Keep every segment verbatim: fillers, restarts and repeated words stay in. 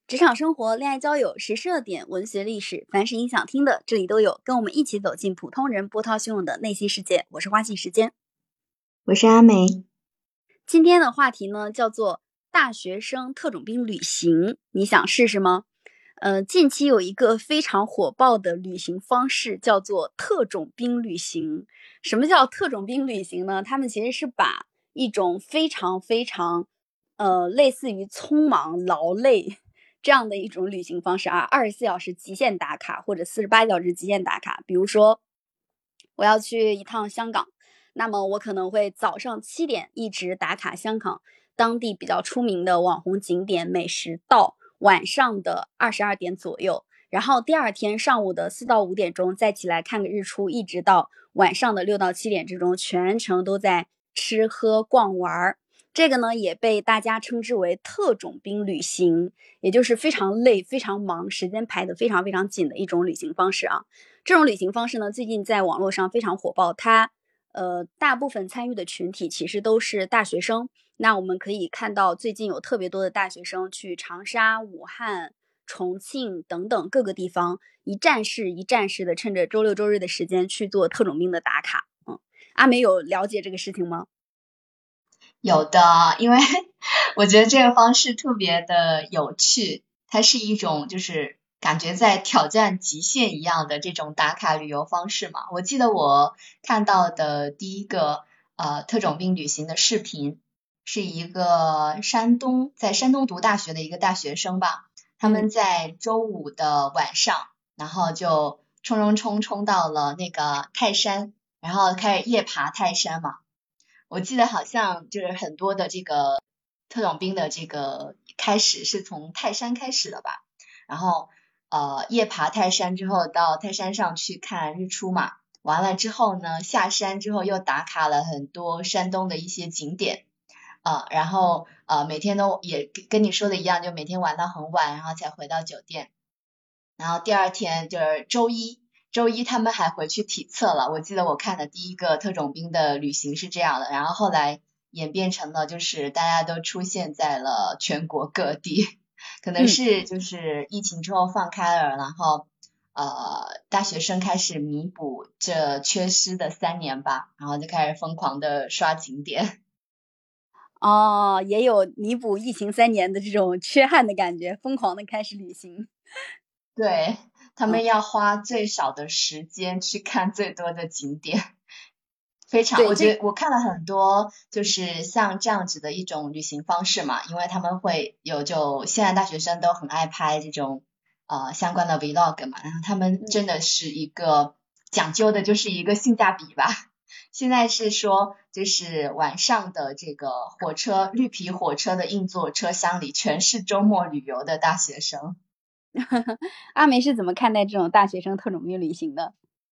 职场生活、恋爱交友、时事热点、文学历史，凡是你想听的，这里都有。跟我们一起走进普通人波涛汹涌的内心世界。我是花季时间， 我是阿梅。 今天的话题呢，叫做大学生特种兵旅行，你想试试吗？呃，近期有一个非常火爆的旅行方式，叫做特种兵旅行。什么叫特种兵旅行呢？他们其实是把一种非常非常，呃，类似于匆忙劳累这样的一种旅行方式啊，二十四小时极限打卡或者四十八小时极限打卡。比如说，我要去一趟香港，那么我可能会早上七点一直打卡香港当地比较出名的网红景点美食到晚上的二十二点左右，然后第二天上午的四到五点钟再起来看个日出，一直到晚上的六到七点之中，全程都在吃喝逛玩。这个呢也被大家称之为特种兵旅行，也就是非常累、非常忙、时间排得非常非常紧的一种旅行方式啊。这种旅行方式呢，最近在网络上非常火爆，它呃大部分参与的群体其实都是大学生。那我们可以看到，最近有特别多的大学生去长沙、武汉、重庆等等各个地方，一站式一站式的趁着周六周日的时间去做特种兵的打卡。嗯，阿梅有了解这个事情吗？ 有的，因为我觉得这个方式特别的有趣，它是一种就是感觉在挑战极限一样的这种打卡旅游方式嘛。我记得我看到的第一个呃特种兵旅行的视频，是一个山东在山东读大学的一个大学生吧，他们在周五的晚上，然后就冲冲冲冲到了那个泰山，然后开始夜爬泰山嘛。我记得好像就是很多的这个特种兵的这个开始是从泰山开始的吧，然后呃夜爬泰山之后到泰山上去看日出嘛，完了之后呢下山之后又打卡了很多山东的一些景点啊、呃，然后呃每天都也跟你说的一样，就每天玩到很晚，然后才回到酒店，然后第二天就是周一。周一他们还回去体测了，我记得我看的第一个特种兵的旅行是这样的，然后后来演变成了就是大家都出现在了全国各地，可能是就是疫情之后放开了，然后呃大学生开始弥补这缺失的三年吧，然后就开始疯狂的刷景点。 哦，也有弥补疫情三年的这种缺憾的感觉，疯狂的开始旅行。 对，他嗯， 们要花最少的时间去看最多的景点。非常， 对，这我觉得我看了很多，就是像这样子的一种旅行方式嘛，因为他们会有就现在大学生都很爱拍这种呃相关的 vlog 嘛，然后他们真的是一个讲究的就是一个性价比吧。现在是说就是晚上的这个火车绿皮火车的硬座车厢里全是周末旅游的大学生。 阿梅是怎么看待这种大学生特种兵旅行的？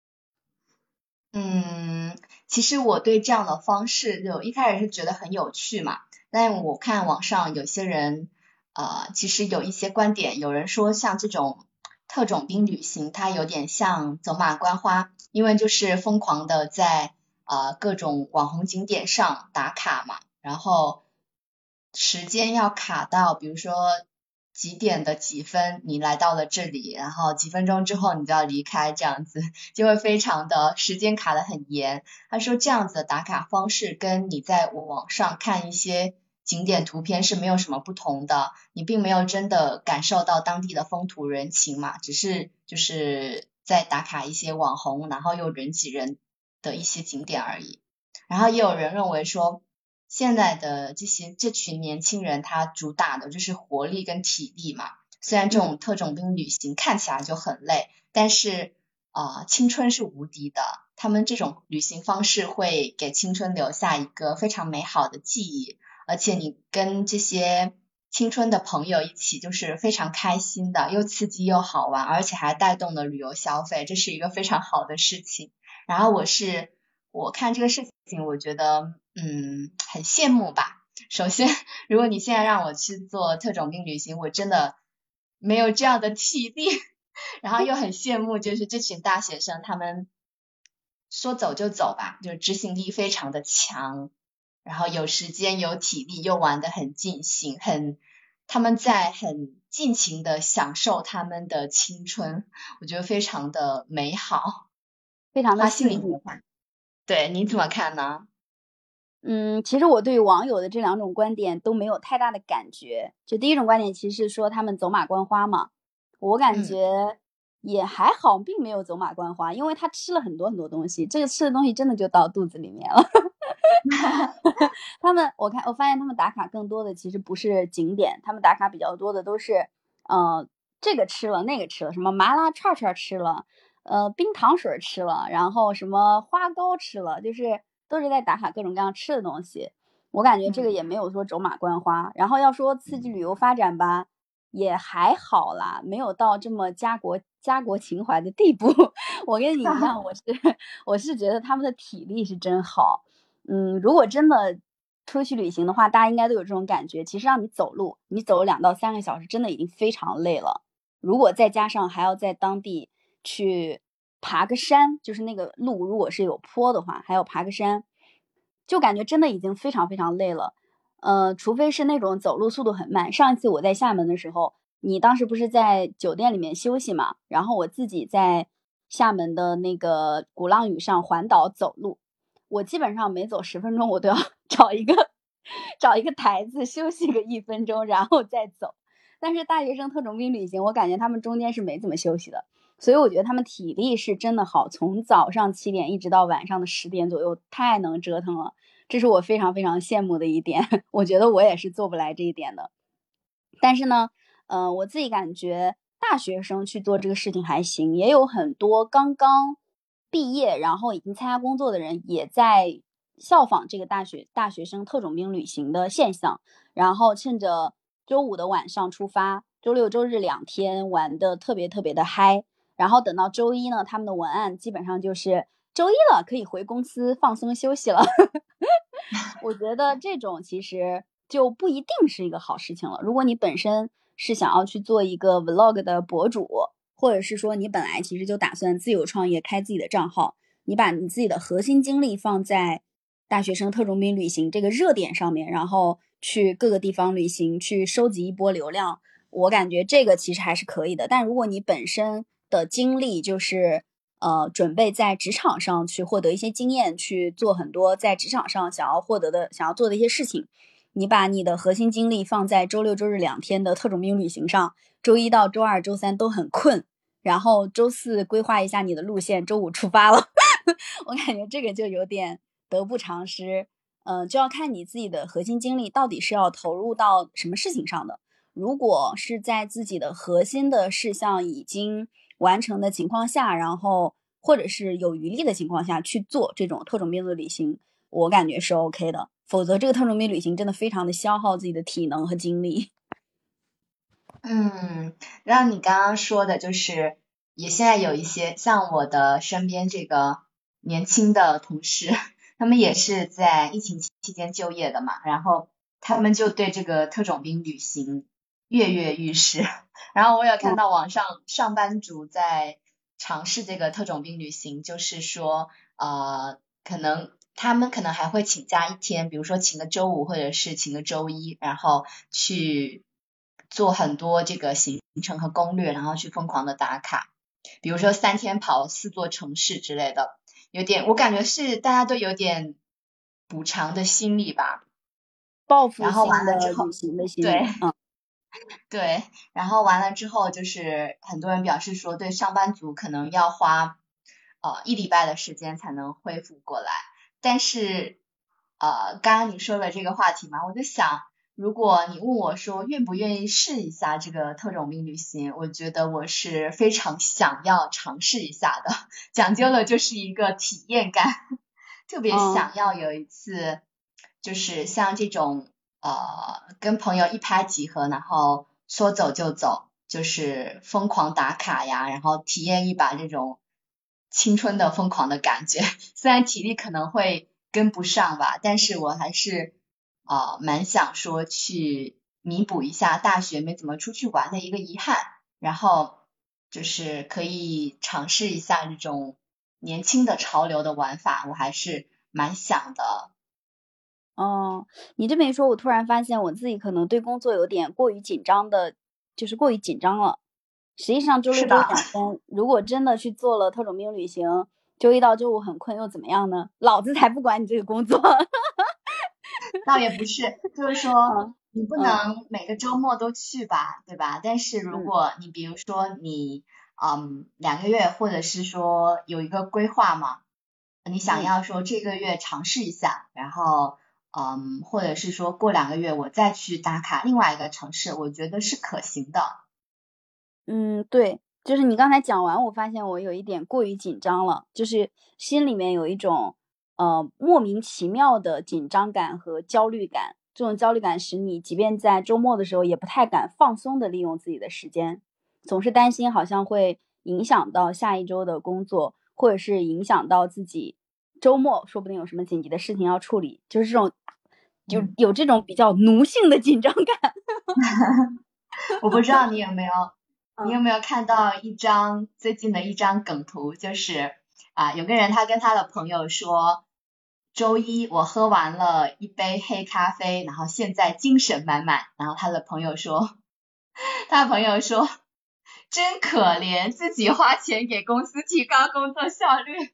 嗯，其实我对这样的方式就一开始是觉得很有趣嘛，但我看网上有些人呃，其实有一些观点，有人说像这种特种兵旅行，它有点像走马观花，因为就是疯狂的在呃各种网红景点上打卡嘛，然后时间要卡到，比如说几点的几分你来到了这里，然后几分钟之后你就要离开，这样子就会非常的时间卡得很严。他说这样子的打卡方式跟你在网上看一些景点图片是没有什么不同的，你并没有真的感受到当地的风土人情嘛，只是就是在打卡一些网红，然后又人挤人的一些景点而已。然后也有人认为说，现在的这些这群年轻人，他主打的就是活力跟体力嘛。虽然这种特种兵旅行看起来就很累，但是啊、呃青春是无敌的。他们这种旅行方式会给青春留下一个非常美好的记忆，而且你跟这些青春的朋友一起，就是非常开心的，又刺激又好玩，而且还带动了旅游消费，这是一个非常好的事情。然后我是我看这个事情，我觉得嗯很羡慕吧。首先，如果你现在让我去做特种兵旅行，我真的没有这样的体力，然后又很羡慕，就是这群大学生，他们说走就走吧，就是执行力非常的强，然后有时间有体力，又玩得很尽兴，很他们在很尽情的享受他们的青春，我觉得非常的美好。 非常的花信你幸运。 怎么看？对，你怎么看呢？ 嗯，其实我对网友的这两种观点都没有太大的感觉。就第一种观点其实是说他们走马观花嘛，我感嗯觉也还好，并没有走马观花，因为他吃了很多很多东西，这个吃的东西真的就到肚子里面了。他们我看我发现他们打卡更多的其实不是景点，他们打卡比较多的都是呃这个吃了那个吃了，什么麻辣串串吃了，呃冰糖水吃了，然后什么花糕吃了，就是都是在打卡各种各样吃的东西。我感觉这个嗯也没有说走马观花。然后要说刺激旅游发展吧，也还好啦，没有到这么家国家国情怀的地步。我跟你一样，我是我是觉得他们的体力是真好。嗯，如果真的出去旅行的话，大家应该都有这种感觉。其实让你走路，你走两到三个小时，真的已经非常累了。如果再加上还要在当地去爬个山，就是那个路如果是有坡的话，还要爬个山，就感觉真的已经非常非常累了。呃，除非是那种走路速度很慢。上一次我在厦门的时候，你当时不是在酒店里面休息嘛？然后我自己在厦门的那个鼓浪屿上环岛走路，我基本上每走十分钟，我都要找一个找一个台子休息个一分钟，然后再走。但是大学生特种兵旅行，我感觉他们中间是没怎么休息的，所以我觉得他们体力是真的好，从早上七点一直到晚上的十点左右，太能折腾了。这是我非常非常羡慕的一点，我觉得我也是做不来这一点的。但是呢，呃，我自己感觉大学生去做这个事情还行，也有很多刚刚毕业然后已经参加工作的人也在效仿这个大学大学生特种兵旅行的现象，然后趁着周五的晚上出发，周六周日两天玩的特别特别的嗨，然后等到周一呢，他们的文案基本上就是周一了，可以回公司放松休息了。我觉得这种其实就不一定是一个好事情了。如果你本身是想要去做一个 vlog 的博主，或者是说你本来其实就打算自由创业开自己的账号，你把你自己的核心精力放在大学生特种兵旅行这个热点上面，然后去各个地方旅行，去收集一波流量，我感觉这个其实还是可以的。但如果你本身的精力就是呃，准备在职场上去获得一些经验，去做很多在职场上想要获得的、想要做的一些事情。你把你的核心精力放在周六周日两天的特种兵旅行上，周一到周二、周三都很困，然后周四规划一下你的路线，周五出发了。我感觉这个就有点得不偿失。嗯、呃，就要看你自己的核心精力到底是要投入到什么事情上的。如果是在自己的核心的事项已经完成的情况下，然后或者是有余力的情况下去做这种特种兵的旅行，我感觉是 OK 的。否则这个特种兵旅行真的非常的消耗自己的体能和精力。 嗯，让你刚刚说的就是，也现在有一些像我的身边这个年轻的同事，他们也是在疫情期间就业的嘛，然后他们就对这个特种兵旅行跃跃欲试。然后我有看到网上上班族在尝试这个特种兵旅行，就是说呃，可能他们可能还会请假一天，比如说请个周五或者是请个周一，然后去做很多这个行程和攻略，然后去疯狂的打卡，比如说三天跑四座城市之类的，有点我感觉是大家都有点补偿的心理吧。 报复然后完性的了之后， 旅行的心对理。嗯对，然后完了之后就是很多人表示说，对上班族可能要花呃一礼拜的时间才能恢复过来。但是呃，刚刚你说的这个话题嘛，我就想，如果你问我说愿不愿意试一下这个特种兵旅行，我觉得我是非常想要尝试一下的，讲究的就是一个体验感，特别嗯想要有一次，就是像这种呃跟朋友一拍即合，然后说走就走，就是疯狂打卡呀，然后体验一把这种青春的疯狂的感觉。虽然体力可能会跟不上吧，但是我还是呃蛮想说去弥补一下大学没怎么出去玩的一个遗憾，然后就是可以尝试一下这种年轻的潮流的玩法，我还是蛮想的。 哦，你这么一说，我突然发现我自己可能对工作有点过于紧张的就是过于紧张了。实际上周六周两天，如果真的去做了特种兵旅行，周一到周五很困又怎么样呢？老子才不管你这个工作。 倒也不是，就是说、嗯、你不能每个周末都去吧，嗯、对吧？但是如果你比如说你嗯两个月，或者是说有一个规划嘛，你想要说这个月尝试一下，嗯、然后嗯或者是说过两个月我再去打卡另外一个城市，我觉得是可行的。 嗯，对，就是你刚才讲完，我发现我有一点过于紧张了，就是心里面有一种呃莫名其妙的紧张感和焦虑感。这种焦虑感使你即便在周末的时候也不太敢放松的利用自己的时间，总是担心好像会影响到下一周的工作，或者是影响到自己周末说不定有什么紧急的事情要处理，就是这种就有这种比较奴性的紧张感。 我不知道你有没有你有没有看到一张最近的一张梗图，就是啊，有个人他跟他的朋友说，周一我喝完了一杯黑咖啡，然后现在精神满满，然后他的朋友说，他的朋友说，真可怜，自己花钱给公司提高工作效率。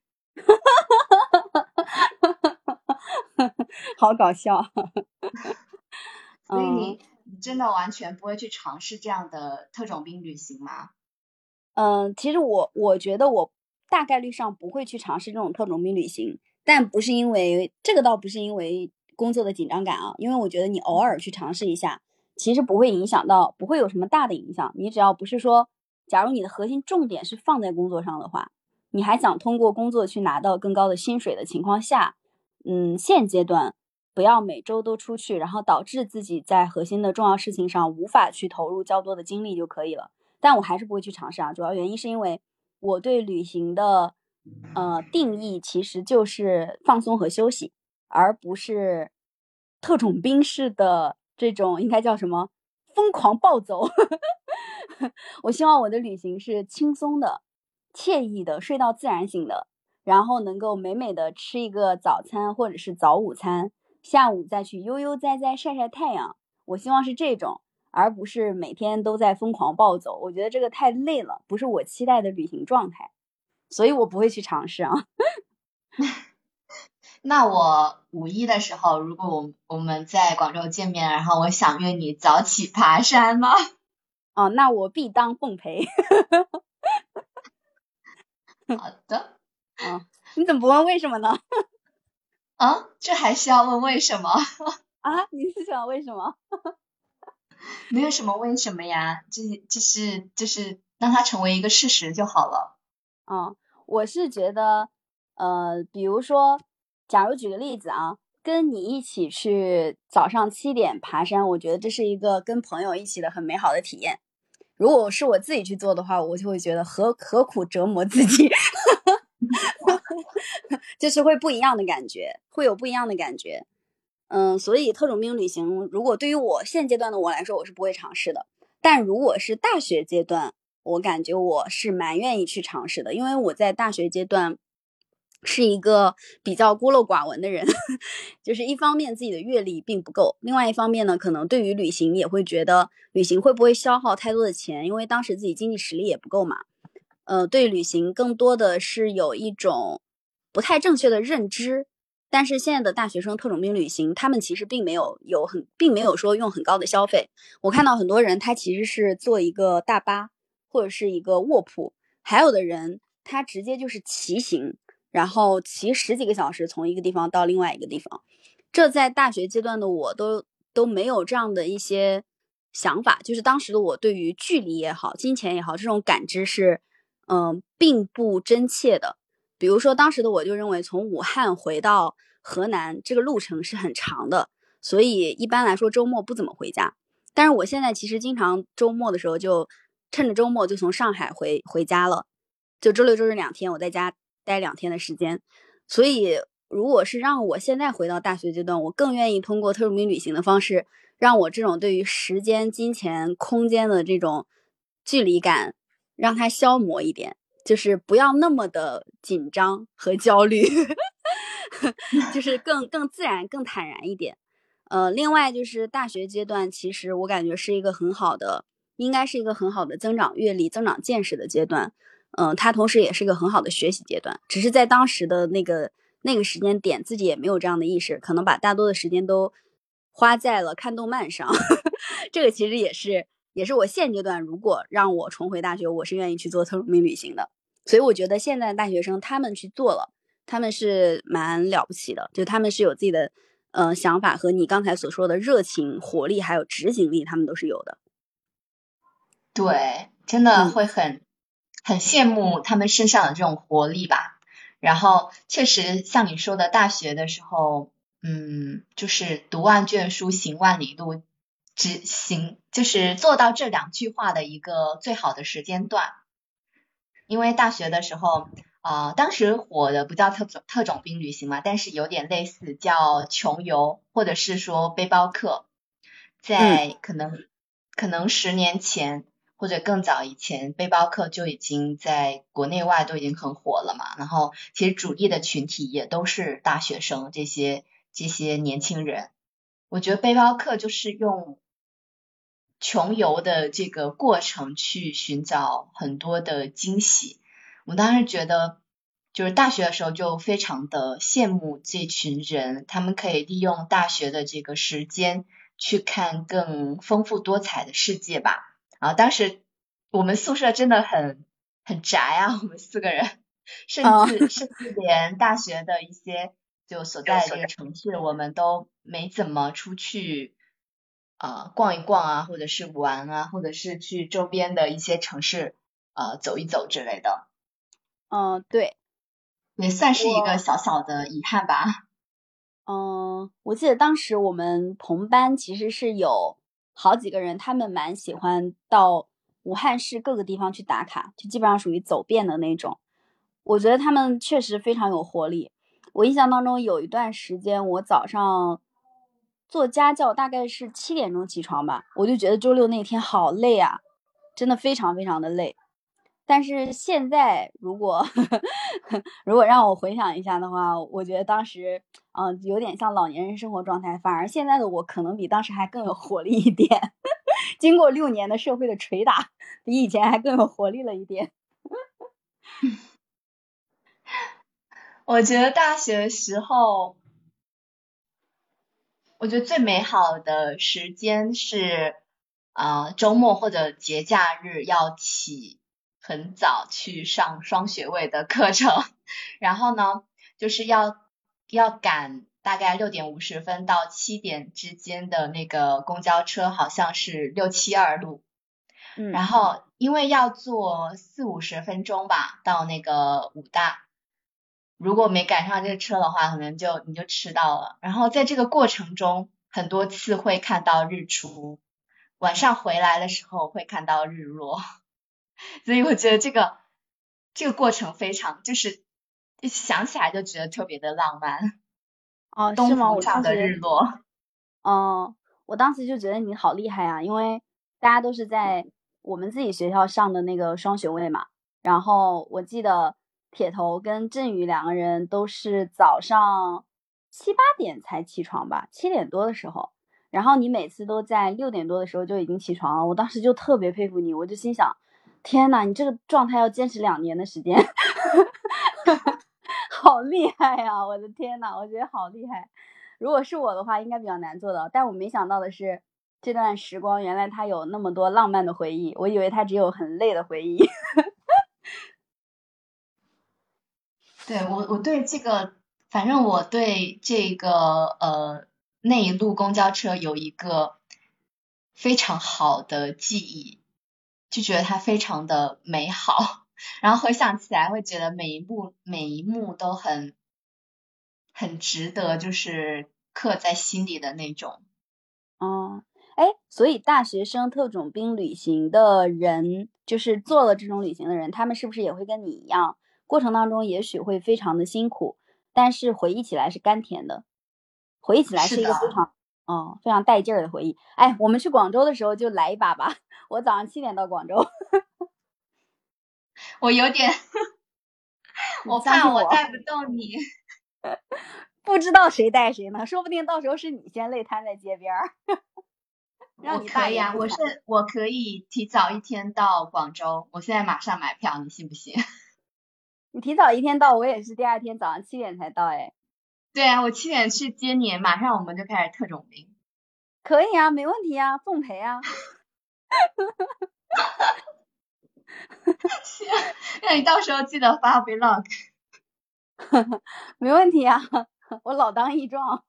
好搞笑。 所以你你真的完全不会去尝试这样的特种兵旅行吗？ 嗯，其实我我觉得我大概率上不会去尝试这种特种兵旅行，但不是因为这个，倒不是因为工作的紧张感啊，因为我觉得你偶尔去尝试一下，其实不会影响到，不会有什么大的影响。你只要不是说，假如你的核心重点是放在工作上的话，你还想通过工作去拿到更高的薪水的情况下，嗯，现阶段不要每周都出去，然后导致自己在核心的重要事情上无法去投入较多的精力就可以了。但我还是不会去尝试啊，主要原因是因为我对旅行的呃定义其实就是放松和休息，而不是特种兵式的这种应该叫什么疯狂暴走。我希望我的旅行是轻松的、惬意的、睡到自然醒的，然后能够美美的吃一个早餐或者是早午餐，下午再去悠悠哉哉晒晒太阳。我希望是这种，而不是每天都在疯狂暴走，我觉得这个太累了，不是我期待的旅行状态，所以我不会去尝试啊。 那我五一的时候，如果我我们在广州见面，然后我想约你早起爬山吗？ 哦，那我必当奉陪。 好的。 嗯，你怎么不问为什么呢？ 啊，这还需要问为什么？ 啊，你是想为什么？ 没有什么为什么呀，这就是就是让它成为一个事实就好了。 嗯，我是觉得，呃，比如说，假如举个例子啊，跟你一起去早上七点爬山，我觉得这是一个跟朋友一起的很美好的体验。如果是我自己去做的话，我就会觉得何何苦折磨自己。就是会不一样的感觉，会有不一样的感觉。嗯，所以特种兵旅行，如果对于我现阶段的我来说，我是不会尝试的。但如果是大学阶段，我感觉我是蛮愿意去尝试的，因为我在大学阶段是一个比较孤陋寡闻的人，就是一方面自己的阅历并不够，另外一方面呢，可能对于旅行也会觉得旅行会不会消耗太多的钱，因为当时自己经济实力也不够嘛。呃，对旅行更多的是有一种不太正确的认知。但是现在的大学生特种兵旅行，他们其实并没有有很，并没有说用很高的消费。我看到很多人他其实是坐一个大巴或者是一个卧铺，还有的人他直接就是骑行，然后骑十几个小时从一个地方到另外一个地方。这在大学阶段的我都都没有这样的一些想法，就是当时的我对于距离也好，金钱也好，这种感知是嗯、呃、并不真切的。比如说当时的我就认为从武汉回到河南这个路程是很长的，所以一般来说周末不怎么回家。但是我现在其实经常周末的时候就趁着周末就从上海回回家了，就周六周日两天我在家待两天的时间。所以如果是让我现在回到大学阶段，我更愿意通过特种兵旅行的方式，让我这种对于时间、金钱、空间的这种距离感让它消磨一点，就是不要那么的紧张和焦虑。就是更更自然更坦然一点。呃，另外就是大学阶段其实我感觉是一个很好的应该是一个很好的增长阅历、增长见识的阶段。嗯、呃，它同时也是一个很好的学习阶段。只是在当时的那个那个时间点，自己也没有这样的意识，可能把大多的时间都花在了看动漫上。这个其实也是也是我现阶段如果让我重回大学，我是愿意去做特种兵旅行的。所以我觉得现在的大学生他们去做了，他们是蛮了不起的，就他们是有自己的呃想法和你刚才所说的热情、活力还有执行力，他们都是有的。 对，真的嗯会很很羡慕他们身上的这种活力吧。然后确实像你说的，大学的时候，嗯，就是读万卷书，行万里路，执行就是做到这两句话的一个最好的时间段。因为大学的时候，呃，当时火的不叫特种特种兵旅行嘛，但是有点类似叫穷游，或者是说背包客， 嗯在可能可能十年前或者更早以前，背包客就已经在国内外都已经很火了嘛。然后其实主力的群体也都是大学生这些这些年轻人。我觉得背包客就是用穷游的这个过程去寻找很多的惊喜。我当时觉得，就是大学的时候就非常的羡慕这群人，他们可以利用大学的这个时间去看更丰富多彩的世界吧。然后当时我们宿舍真的很很宅啊，我们四个人，甚啊、 至甚至连大学的一些就所在的这个城市，我们都没怎么出去呃逛一逛啊，或者是玩啊，或者是去周边的一些城市呃走一走之类的， 嗯、对。 也算是一个我小小的遗憾吧。 嗯，我记得当时我们同班其实是有好几个人，他们蛮喜欢到武汉市各个地方去打卡，就基本上属于走遍的那种。我觉得他们确实非常有活力。我印象当中有一段时间，我早上做家教，大概是七点钟起床吧，我就觉得周六那天好累啊，真的非常非常的累。但是现在如果如果让我回想一下的话，我觉得当时嗯、呃有点像老年人生活状态，反而现在的我可能比当时还更有活力一点。经过六年的社会的捶打，比以前还更有活力了一点。 我觉得大学时候，我觉得最美好的时间是啊、呃周末或者节假日要起很早去上双学位的课程，然后呢，就是要要赶大概六点五十分到七点之间的那个公交车，好像是六七二路， 嗯然后因为要坐四五十分钟吧到那个武大，如果没赶上这个车的话，可能就你就迟到了。然后在这个过程中，很多次会看到日出，晚上回来的时候会看到日落，所以我觉得这个这个过程非常，就是一想起来就觉得特别的浪漫。 哦，是东吗？ 湖上的我当时日落， 嗯，我当时就觉得你好厉害啊，因为大家都是在我们自己学校上的那个双学位嘛。然后我记得铁头跟振宇两个人都是早上七八点才起床吧，七点多的时候。然后你每次都在六点多的时候就已经起床了，我当时就特别佩服你，我就心想，天呐，你这个状态要坚持两年的时间，好厉害呀！我的天呐，我觉得好厉害。如果是我的话，应该比较难做到。但我没想到的是，这段时光原来它有那么多浪漫的回忆，我以为它只有很累的回忆。 对我我对这个，反正我对这个呃那一路公交车有一个非常好的记忆，就觉得它非常的美好，然后回想起来会觉得每一幕每一幕都很很值得，就是刻在心里的那种。 哦，哎，所以大学生特种兵旅行的人，就是做了这种旅行的人，他们是不是也会跟你一样，过程当中也许会非常的辛苦，但是回忆起来是甘甜的，回忆起来是一是的， 个非常哦非常带劲儿的回忆。哎，我们去广州的时候就来一把吧，我早上七点到广州。 我有点你我怕相信我。 我带不动你。 不知道谁带谁呢，说不定到时候是你先累瘫在街边儿。 我让你可以啊，我大言不惭。 是我可以提早一天到广州，我现在马上买票，你信不信？ 你提早一天到，我也是第二天早上七点才到。哎， 对啊，我七点去接你，马上我们就开始特种兵。 可以啊，没问题啊，奉陪啊。 行，那你到时候记得发 vlog。 没问题啊，我老当益壮。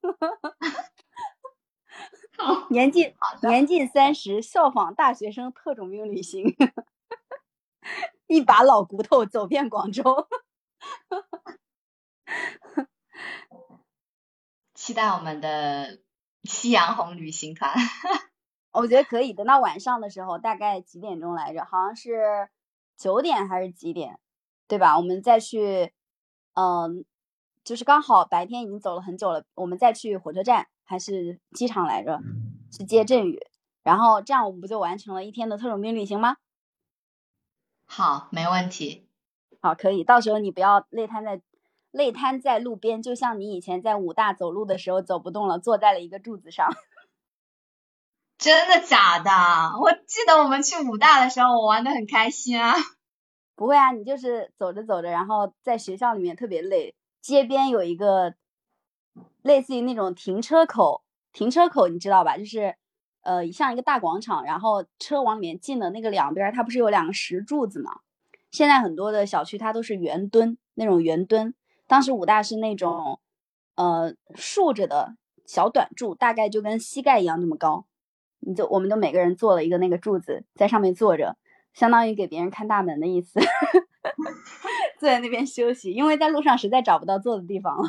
好， 年近好的。 年近三十，效仿大学生特种兵旅行，一把老骨头走遍广州。 期待我们的夕阳红旅行团。 我觉得可以，等到晚上的时候，大概几点钟来着？好像是九点还是几点，对吧？我们再去，嗯，就是刚好白天已经走了很久了，我们再去火车站还是机场来着，去接振宇，然后这样我们不就完成了一天的特种兵旅行吗？ 好，没问题。 好，可以，到时候你不要累瘫在累瘫在路边，就像你以前在武大走路的时候走不动了，坐在了一个柱子上。 真的假的？我记得我们去武大的时候，我玩的很开心啊。 不会啊，你就是走着走着，然后在学校里面特别累，街边有一个类似于那种停车口，停车口你知道吧？就是呃像一个大广场，然后车往里面进的那个两边，它不是有两个石柱子吗？现在很多的小区它都是圆墩，那种圆墩，当时武大是那种呃竖着的小短柱，大概就跟膝盖一样那么高，你就我们都每个人做了一个那个柱子，在上面坐着，相当于给别人看大门的意思。坐在那边休息，因为在路上实在找不到坐的地方了。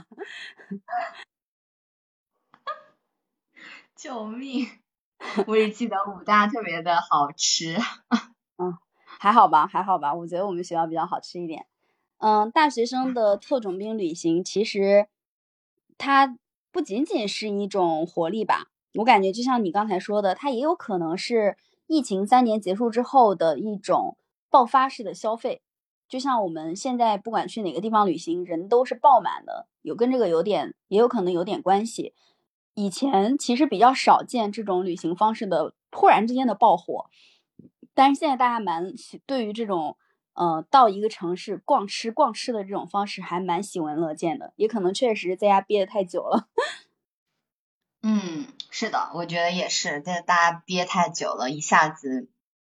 救命！我只记得武大特别的好吃。 嗯，还好吧，还好吧，我觉得我们学校比较好吃一点。嗯，大学生的特种兵旅行其实它不仅仅是一种活力吧，我感觉就像你刚才说的，它也有可能是疫情三年结束之后的一种爆发式的消费。就像我们现在不管去哪个地方旅行，人都是爆满的，有跟这个有点，也有可能有点关系。以前其实比较少见这种旅行方式的突然之间的爆火，但是现在大家蛮对于这种呃到一个城市逛吃逛吃的这种方式还蛮喜闻乐见的，也可能确实在家憋得太久了。 嗯，是的，我觉得也是，这大家憋太久了，一下子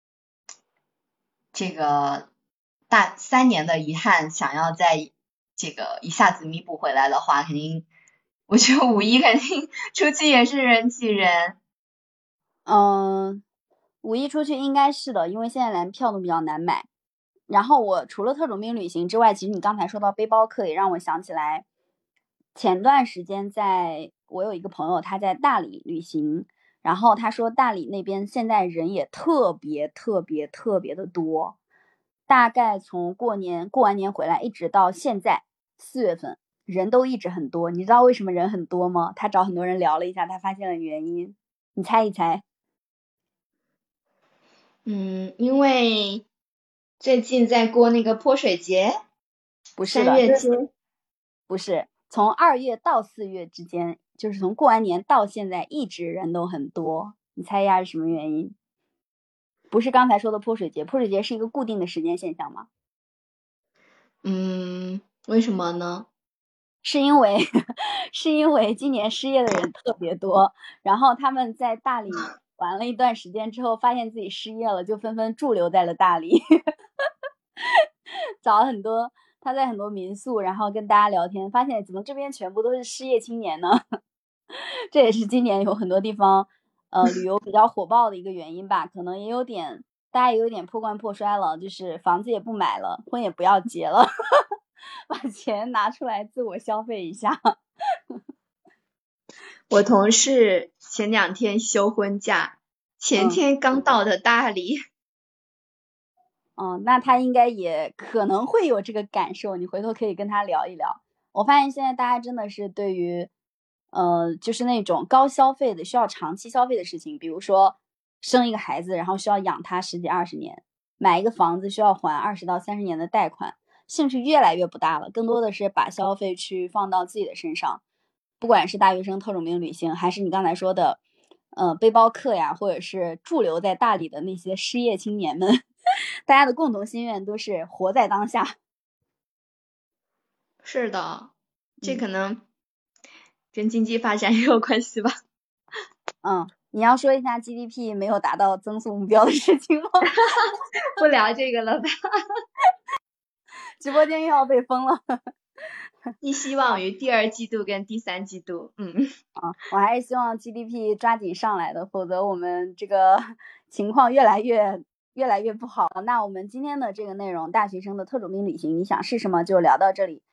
这个大三年的遗憾，想要在这个一下子弥补回来的话，肯定，我觉得五一肯定出去也是人挤人。 嗯，五一出去应该是的，因为现在连票都比较难买。然后我除了特种兵旅行之外，其实你刚才说到背包客，也让我想起来，前段时间在我有一个朋友他在大理旅行，然后他说大理那边现在人也特别特别特别的多，大概从过年过完年回来一直到现在四月份，人都一直很多。你知道为什么人很多吗？他找很多人聊了一下，他发现了原因，你猜一猜？ 嗯，因为最近在过那个泼水节， 不是的， 三月节。 不是，从二月到四月之间，就是从过完年到现在，一直人都很多。你猜一下是什么原因？不是刚才说的泼水节，泼水节是一个固定的时间现象吗？ 嗯，为什么呢？ 是因为是因为今年失业的人特别多，然后他们在大理玩了一段时间之后，发现自己失业了，就纷纷驻留在了大理。找了很多他在很多民宿，然后跟大家聊天，发现怎么这边全部都是失业青年呢？这也是今年有很多地方呃旅游比较火爆的一个原因吧，可能也有点大家也有点破罐破摔了，就是房子也不买了，婚也不要结了，把钱拿出来自我消费一下。 我同事前两天休婚假，前嗯天刚到的大理。 嗯，那他应该也可能会有这个感受，你回头可以跟他聊一聊。我发现现在大家真的是对于呃，就是那种高消费的、需要长期消费的事情，比如说生一个孩子，然后需要养他十几二十年，买一个房子需要还二十到三十年的贷款，兴趣越来越不大了，更多的是把消费去放到自己的身上，不管是大学生特种兵旅行，还是你刚才说的， 呃背包客呀，或者是驻留在大理的那些失业青年们，大家的共同心愿都是活在当下。 是的，这可能跟经济发展也有关系吧。 嗯，你要说一下 G D P 没有达到增速目标的事情吗？ 不聊这个了吧。 直播间又要被封了。 寄希望于第二季度跟第三季度。嗯啊，我还是希望 G D P 抓紧上来的，否则我们这个情况越来越越来越不好。那我们今天的这个内容，大学生的特种兵旅行，你想是什么就聊到这里。